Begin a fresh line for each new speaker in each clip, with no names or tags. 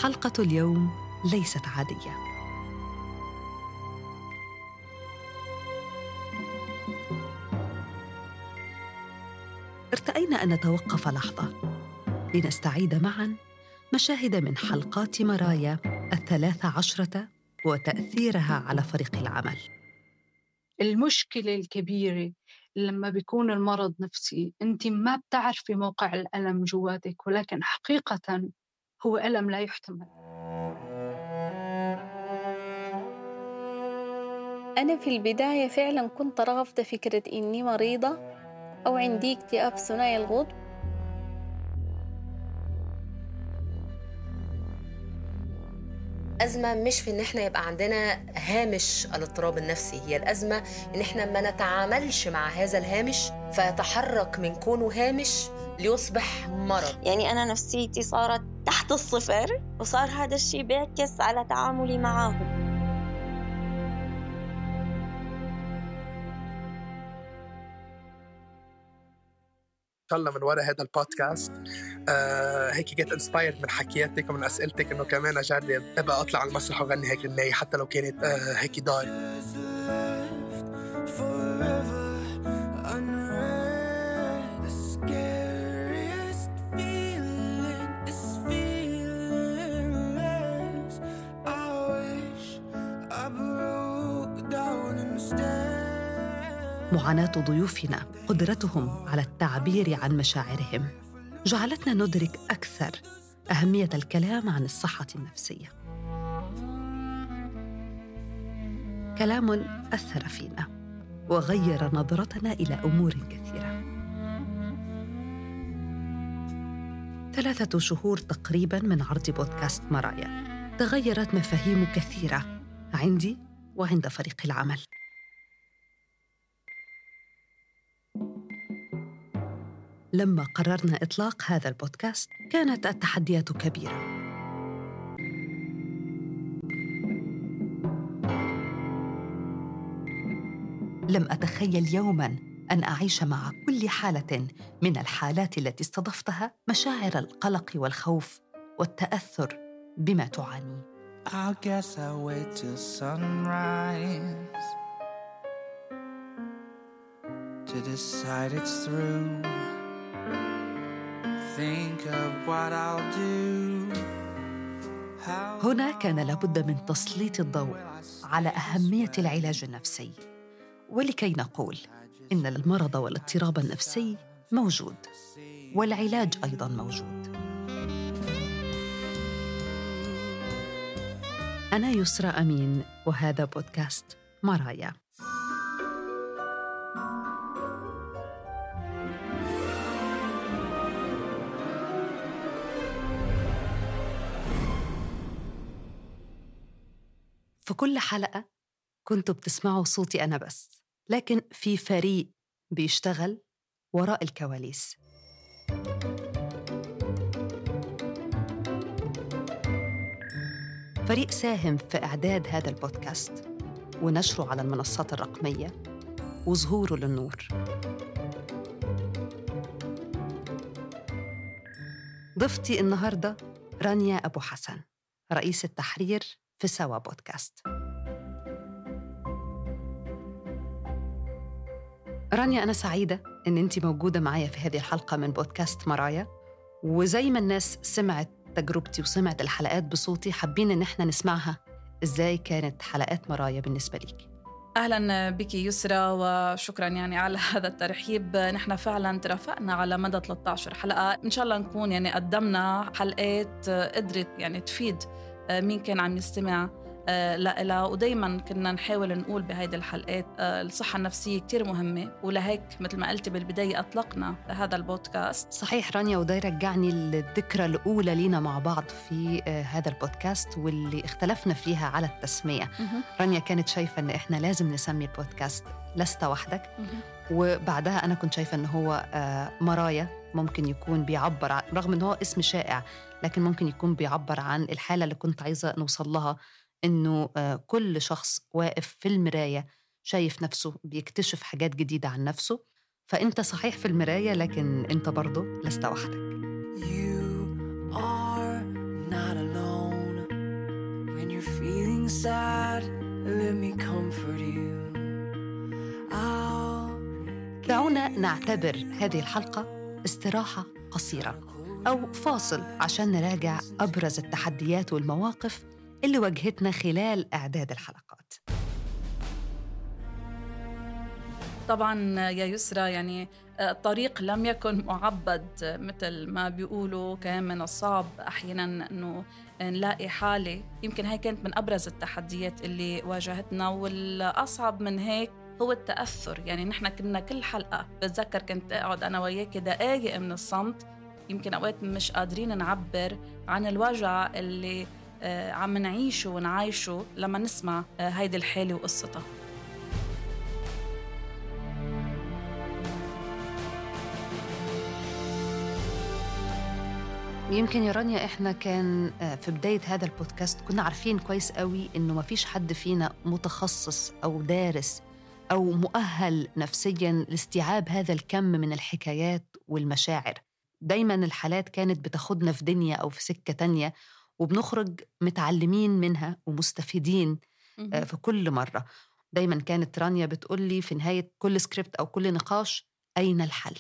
حلقة اليوم ليست عادية. ارتأينا أن نتوقف لحظة لنستعيد معاً مشاهد من حلقات مرايا 13 وتأثيرها على فريق العمل.
المشكلة الكبيرة لما بيكون المرض نفسي، أنت ما بتعرفي موقع الألم جواتك، ولكن حقيقة هو ألم لا يحتمل.
أنا في البداية فعلا كنت رافضة فكرة إني مريضة أو عندي اكتئاب ثنائي القطب.
أزمة مش في إن إحنا يبقى عندنا هامش الاضطراب النفسي، هي الأزمة إن إحنا ما نتعاملش مع هذا الهامش فيتحرك من كونه هامش ليصبح مرض.
يعني أنا نفسيتي صارت تحت الصفر، وصار هذا الشيء بيعكس على تعاملي معاهم.
طلع من وراء هذا البودكاست هيك جيت انسبايرد من حكياتك ومن اسئلتك انه كمان اجرب ابقى اطلع على المسرح واغني هيك غنايه حتى لو كانت هيك دار.
معاناة ضيوفنا، قدرتهم على التعبير عن مشاعرهم، جعلتنا ندرك أكثر أهمية الكلام عن الصحة النفسية. كلام أثر فينا وغير نظرتنا إلى أمور كثيرة. 3 شهور تقريباً من عرض بودكاست مرايا تغيرت مفاهيم كثيرة عندي وعند فريق العمل. لما قررنا إطلاق هذا البودكاست كانت التحديات كبيرة. لم أتخيل يوماً أن أعيش مع كل حالة من الحالات التي استضفتها مشاعر القلق والخوف والتأثر بما تعاني.
I guess I'll wait till sunrise to decide it's through. Think of what I'll do.
هنا كان لابد من تسليط الضوء على أهمية العلاج النفسي، ولكي نقول إن المرض والاضطراب النفسي موجود والعلاج أيضاً موجود. أنا يسرى أمين وهذا بودكاست مرايا. في كل حلقة كنتوا بتسمعوا صوتي أنا بس، لكن في فريق بيشتغل وراء الكواليس. فريق ساهم في إعداد هذا البودكاست ونشره على المنصات الرقمية وظهوره للنور. ضيفتي النهاردة رانيا أبو حسن، رئيس التحرير في سوا بودكاست. رانيا، أنا سعيدة إن أنتي موجودة معايا في هذه الحلقة من بودكاست مرايا، وزي ما الناس سمعت تجربتي وسمعت الحلقات بصوتي، حابين إن احنا نسمعها. إزاي كانت حلقات مرايا بالنسبة ليك؟
أهلاً بك يسرى، وشكراً يعني على هذا الترحيب. نحن فعلاً ترافقنا على مدى 13 حلقة، إن شاء الله نكون يعني قدمنا حلقات قدرت يعني تفيد مين كان عم يستمع لها. ودايماً كنا نحاول نقول بهيدي الحلقات الصحة النفسية كتير مهمة، ولهيك مثل ما قلت بالبداية أطلقنا هذا البودكاست.
صحيح رانيا، وده يرجعني للذكرى الأولى لينا مع بعض في هذا البودكاست واللي اختلفنا فيها على التسمية. رانيا كانت شايفة أن إحنا لازم نسمي البودكاست لست وحدك، وبعدها أنا كنت شايفة أنه هو مرايا ممكن يكون بيعبر رغم أنه هو اسم شائع، لكن ممكن يكون بيعبر عن الحالة اللي كنت عايزة نوصل لها، إنه كل شخص واقف في المراية شايف نفسه، بيكتشف حاجات جديدة عن نفسه. فأنت صحيح في المراية، لكن أنت برضو لست وحدك.
You are not alone. feeling sad, let me comfort you.
دعونا نعتبر هذه الحلقة استراحة قصيرة أو فاصل عشان نراجع أبرز التحديات والمواقف اللي واجهتنا خلال إعداد الحلقات.
طبعاً يا يسرى، يعني الطريق لم يكن معبد مثل ما بيقولوا. كان من الصعب أحياناً أنه نلاقي حالة. يمكن هاي كانت من أبرز التحديات اللي واجهتنا، والأصعب من هيك هو التأثر. يعني نحن كنا كل حلقة بتذكر كنت أقعد أنا وياك دقايق من الصمت، يمكن أوقات مش قادرين نعبر عن الوجع اللي عم نعيشه ونعايشه لما نسمع هيدي الحالة وقصتها.
يمكن يا رانيا إحنا كان في بداية هذا البودكاست كنا عارفين كويس قوي إنه ما فيش حد فينا متخصص أو دارس أو مؤهل نفسياً لاستيعاب هذا الكم من الحكايات والمشاعر. دايماً الحالات كانت بتاخدنا في دنيا أو في سكة تانية، وبنخرج متعلمين منها ومستفيدين في كل مرة. دايماً كانت رانيا بتقولي في نهاية كل سكريبت أو كل نقاش: أين الحل؟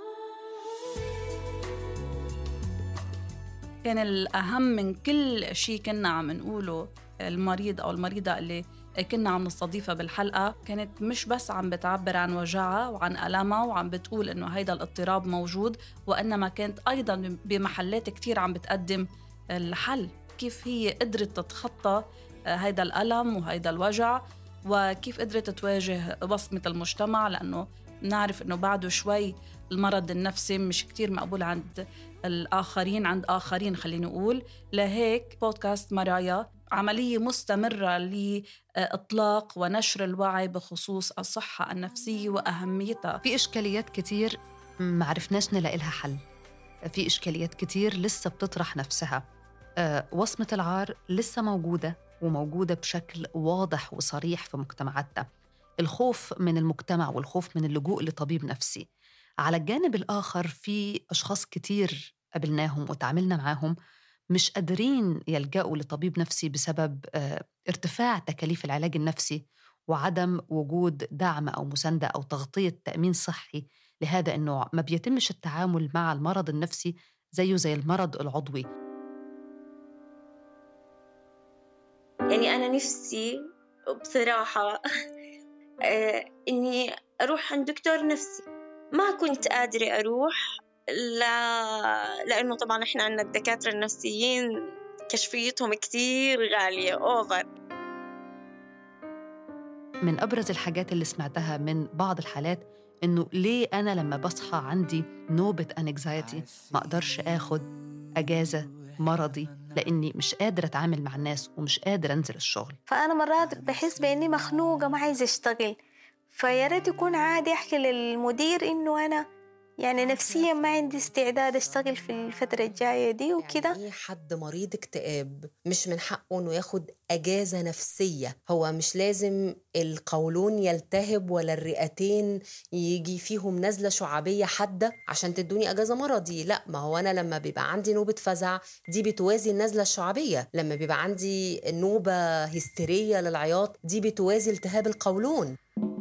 كان الأهم من كل شيء كنا عم نقوله المريض أو المريضة اللي كنا عم نستضيفها بالحلقة، كانت مش بس عم بتعبر عن وجعها وعن ألمها وعم بتقول إنه هيدا الاضطراب موجود، وإنما كانت أيضاً بمحلات كتير عم بتقدم الحل، كيف هي قدرت تتخطى هيدا الألم وهيدا الوجع، وكيف قدرت تواجه وصمة المجتمع، لأنه نعرف إنه بعده شوي المرض النفسي مش كتير مقبول عند الآخرين، عند آخرين خلينا نقول. لهيك بودكاست مرايا عملية مستمرة لإطلاق ونشر الوعي بخصوص الصحة النفسية وأهميتها.
في إشكاليات كتير معرفناش نلاقي لها حل، في إشكاليات كتير لسه بتطرح نفسها. وصمة العار لسه موجودة، وموجودة بشكل واضح وصريح في مجتمعاتنا. الخوف من المجتمع والخوف من اللجوء لطبيب نفسي. على الجانب الآخر في أشخاص كتير قابلناهم وتعاملنا معاهم مش قادرين يلجأوا لطبيب نفسي بسبب ارتفاع تكاليف العلاج النفسي وعدم وجود دعم أو مساندة أو تغطية تأمين صحي لهذا النوع. ما بيتمش التعامل مع المرض النفسي زيه زي المرض العضوي.
يعني أنا نفسي بصراحة إني أروح عند دكتور نفسي. ما كنت قادرة أروح لأنه طبعاً إحنا عندنا الدكاترة النفسيين كشفيتهم كتير غالية أوفر.
من أبرز الحاجات اللي سمعتها من بعض الحالات إنه ليه أنا لما بصحى عندي نوبة أنكزايتي ما أقدرش أخد أجازة مرضي لأني مش قادرة أتعامل مع الناس ومش قادرة أنزل الشغل.
فأنا مرات بحس بأني مخنوقة ما عايزة أشتغل، فياريت يكون عادي أحكي للمدير إنه أنا يعني نفسيا ما عندي استعداد أشتغل في الفترة الجاية دي وكده.
يعني حد مريض اكتئاب مش من حقه إنه ياخد أجازة نفسية. هو مش لازم القولون يلتهب ولا الرئتين يجي فيهم نزلة شعبية حادة عشان تدوني أجازة مرضي. لا، ما هو أنا لما بيبقى عندي نوبة فزع دي بتوازي النزلة الشعبية، لما بيبقى عندي نوبة هستيرية للعياط دي بتوازي التهاب القولون.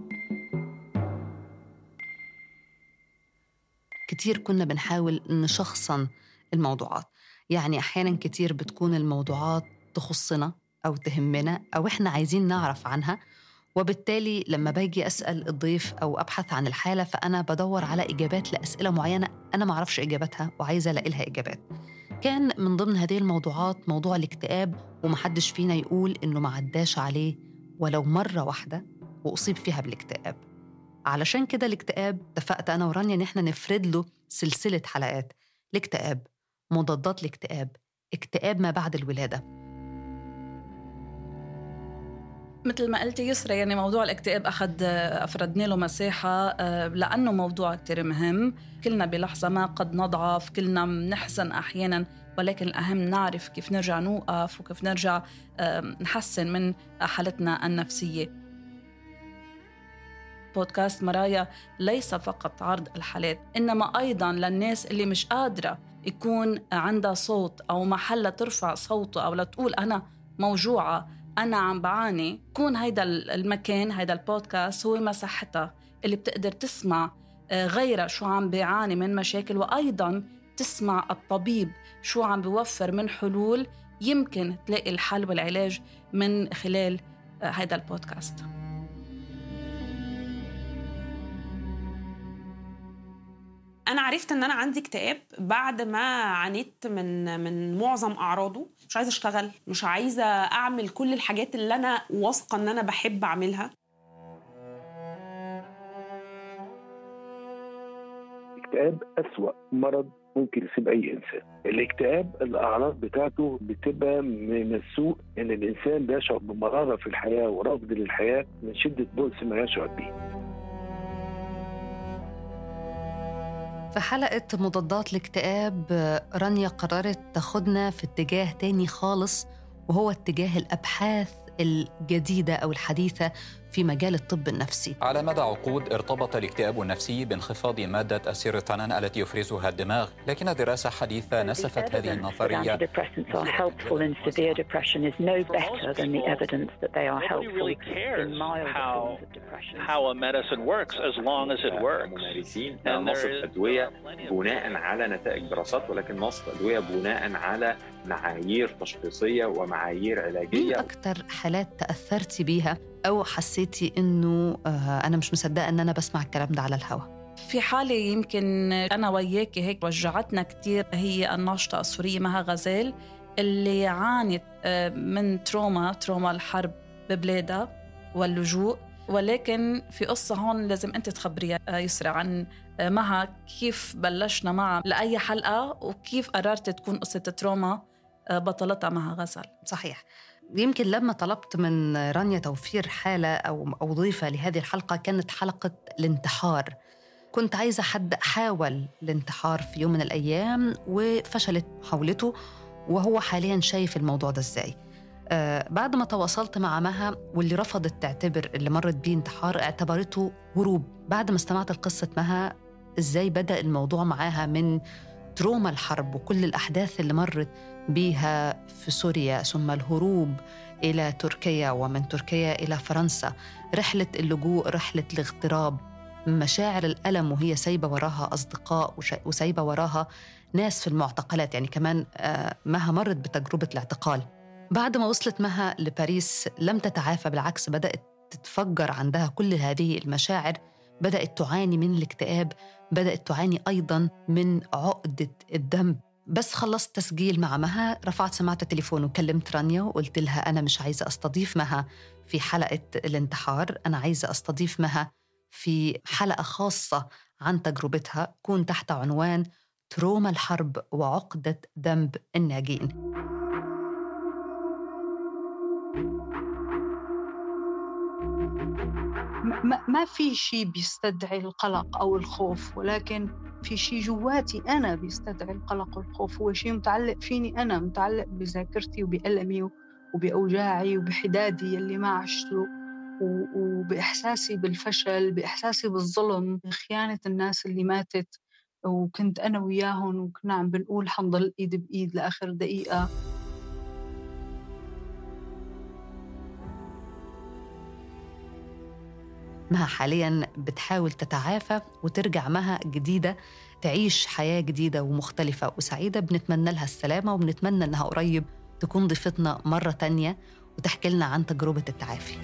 كتير كنا بنحاول نشخصن الموضوعات. يعني أحياناً كتير بتكون الموضوعات تخصنا أو تهمنا أو إحنا عايزين نعرف عنها، وبالتالي لما باجي أسأل الضيف أو أبحث عن الحالة فأنا بدور على إجابات لأسئلة معينة أنا معرفش إجابتها وعايزة ألاقي لها إجابات. كان من ضمن هذه الموضوعات موضوع الاكتئاب، ومحدش فينا يقول إنه ما عداش عليه ولو مرة واحدة وأصيب فيها بالاكتئاب. علشان كده الاكتئاب اتفقت أنا ورانيا إن إحنا نفرد له سلسلة حلقات: الاكتئاب، مضادات الاكتئاب، اكتئاب ما بعد الولادة.
مثل ما قلت يسرى، يعني موضوع الاكتئاب أفردنا له مساحة لأنه موضوع كتير مهم. كلنا بلحظة ما قد نضعف، كلنا منحزن أحياناً، ولكن الأهم نعرف كيف نرجع نوقف وكيف نرجع نحسن من حالتنا النفسية. بودكاست مرايا ليس فقط عرض الحالات، إنما أيضاً للناس اللي مش قادرة يكون عندها صوت أو محل ترفع صوته أو لتقول أنا موجوعة أنا عم بعاني، يكون هيدا المكان، هيدا البودكاست هو مساحتها اللي بتقدر تسمع غيرها شو عم بيعاني من مشاكل، وأيضاً تسمع الطبيب شو عم بيوفر من حلول يمكن تلاقي الحل والعلاج من خلال هيدا البودكاست.
أنا عرفت إن أنا عندي اكتئاب بعد ما عانيت من معظم أعراضه. مش عايزة أشتغل، مش عايزة أعمل كل الحاجات اللي أنا واثقة إن أنا بحب أعملها.
الاكتئاب أسوأ مرض ممكن يصيب أي إنسان. الاكتئاب الأعراض بتاعته بتبقى من السوء إن الإنسان بيشعر بمرارة في الحياة ورفض للحياة من شدة بؤس ما يشعر به.
في حلقة مضادات الاكتئاب رانيا قررت تاخدنا في اتجاه تاني خالص، وهو اتجاه الأبحاث الجديدة أو الحديثة في مجال الطب النفسي.
على مدى عقود ارتبط الاكتئاب النفسي بانخفاض مادة السيروتونين التي يفرزها الدماغ، لكن دراسة حديثة نسفت هذه النظرية.
نصف أدوية بناء على نتائج دراسات، ولكن نصف أدوية بناء على معايير تشخيصية ومعايير علاجية.
مين أكتر حالات تأثرتي بيها أو حسيتي إنه أنا مش مصدقة إن أنا بسمع الكلام ده على الهوا؟
في حالة يمكن أنا وياكي هيك وجعتنا كتير، هي الناشطة السورية مها غزال اللي عانت من تروما الحرب ببلادها واللجوء. ولكن في قصة هون لازم أنت تخبريها يسرى عن مها، كيف بلشنا معها لأي حلقة وكيف قررت تكون قصة التروما بطلتها مها غزال.
صحيح. يمكن لما طلبت من رانيا توفير حالة أو ضيفة لهذه الحلقة كانت حلقة الانتحار. كنت عايزة حد حاول الانتحار في يوم من الأيام وفشلت محاولته، وهو حالياً شايف الموضوع ده إزاي. بعد ما تواصلت مع مها واللي رفضت تعتبر اللي مرت بيه انتحار، اعتبرته هروب. بعد ما استمعت القصة مها إزاي بدأ الموضوع معاها من تروما الحرب وكل الأحداث اللي مرت بيها في سوريا، ثم الهروب إلى تركيا، ومن تركيا إلى فرنسا، رحلة اللجوء، رحلة الاغتراب، مشاعر الألم وهي سايبة وراها أصدقاء وسايبة وراها ناس في المعتقلات. يعني كمان مها مرت بتجربة الاعتقال. بعد ما وصلت مها لباريس لم تتعافى، بالعكس بدأت تتفجر عندها كل هذه المشاعر، بدأت تعاني من الاكتئاب، بدأت تعاني أيضاً من عقدة الذنب. بس خلصت تسجيل مع مها، رفعت سماعة التليفون وكلمت رانيا وقلت لها أنا مش عايزة أستضيف مها في حلقة الانتحار، أنا عايزة أستضيف مها في حلقة خاصة عن تجربتها تكون تحت عنوان تروما الحرب وعقدة ذنب الناجين.
ما في شيء بيستدعي القلق أو الخوف، ولكن في شيء جواتي أنا بيستدعي القلق والخوف. هو شيء متعلق فيني أنا، متعلق بذاكرتي وبألمي وبأوجاعي وبحدادي اللي ما عشته، وبإحساسي بالفشل، بإحساسي بالظلم، بخيانة الناس اللي ماتت وكنت أنا وياهم وكنا عم بنقول حنضل إيد بإيد لآخر دقيقة.
مها حالياً بتحاول تتعافى وترجع مها جديدة، تعيش حياة جديدة ومختلفة وسعيدة. بنتمنى لها السلامة، وبنتمنى أنها قريب تكون ضيفتنا مرة تانية وتحكي لنا عن تجربة التعافي.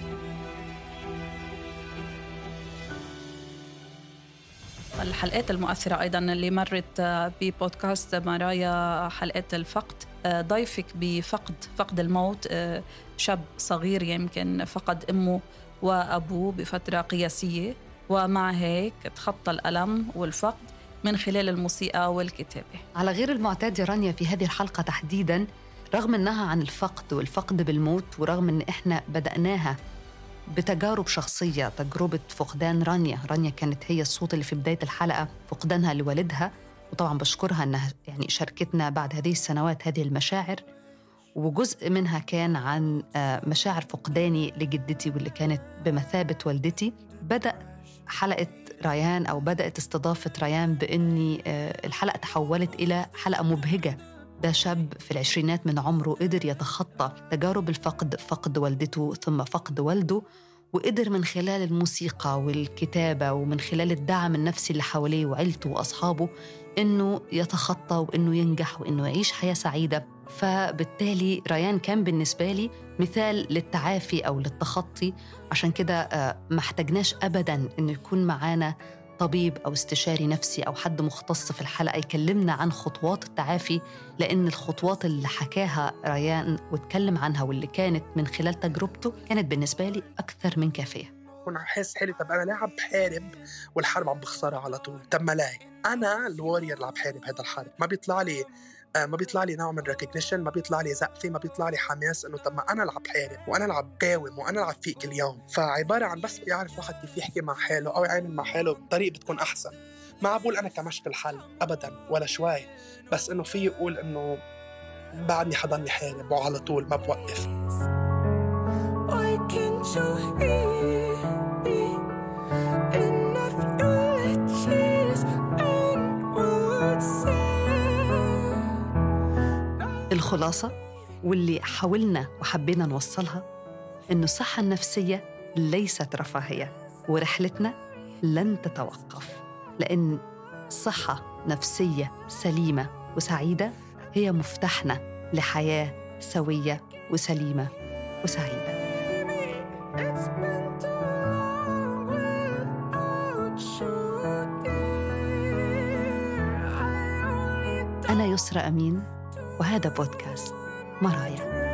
الحلقات المؤثرة أيضاً اللي مرت ببودكاست مرايا، حلقات الفقد، ضيفك فقد الموت، شاب صغير يمكن فقد أمه وأبوه بفترة قياسية، ومع هيك تخطى الألم والفقد من خلال الموسيقى والكتابة.
على غير المعتاد يا رانيا في هذه الحلقة تحديداً، رغم أنها عن الفقد والفقد بالموت، ورغم أن إحنا بدأناها بتجارب شخصية، تجربة فقدان رانيا كانت هي الصوت اللي في بداية الحلقة، فقدانها لوالدها، وطبعاً بشكرها أنها يعني شاركتنا بعد هذه السنوات هذه المشاعر. وجزء منها كان عن مشاعر فقداني لجدتي واللي كانت بمثابة والدتي. بدأ حلقة ريان أو بدأت استضافة ريان بأني الحلقة تحولت إلى حلقة مبهجة ده شاب في العشرينات من عمره قدر يتخطى تجارب الفقد، فقد والدته ثم فقد والده، وقدر من خلال الموسيقى والكتابة ومن خلال الدعم النفسي اللي حواليه وعيلته وأصحابه إنه يتخطى وإنه ينجح وإنه يعيش حياة سعيدة. فبالتالي ريان كان بالنسبة لي مثال للتعافي أو للتخطي. عشان كده ما احتاجناش أبداً إنه يكون معانا طبيب أو استشاري نفسي أو حد مختص في الحلقة يكلمنا عن خطوات التعافي، لأن الخطوات اللي حكاها ريان واتكلم عنها واللي كانت من خلال تجربته كانت بالنسبة لي أكثر من كافية.
كنت حاسس حالي طب أنا ليه عم بحارب والحرب عم بخسرها على طول؟ طب ما لاي أنا الوارير اللي عم بحارب هذا الحرب، ما بيطلع لي نوع من ريكوجنيشن، ما بيطلع لي زقفة، ما بيطلع لي حماس إنه طب ما أنا اللي عم بحارب وأنا اللي عم بقاوم وأنا اللي عم فيق كل يوم. فعبارة عن بس يعرف واحد كيف يحكي مع حاله أو يعمل مع حاله بطريقة بتكون أحسن. ما بقول أنا كمشت الحل أبداً ولا شوي، بس إنه في يقول إنه بعدني حضني حارب وعلى طول ما بوقف.
الخلاصة واللي حاولنا وحبينا نوصلها إنه الصحة النفسية ليست رفاهية، ورحلتنا لن تتوقف، لأن صحة نفسية سليمة وسعيدة هي مفتاحنا لحياة سوية وسليمة وسعيدة. أنا يسرى أمين، وهذا بودكاست مرايا.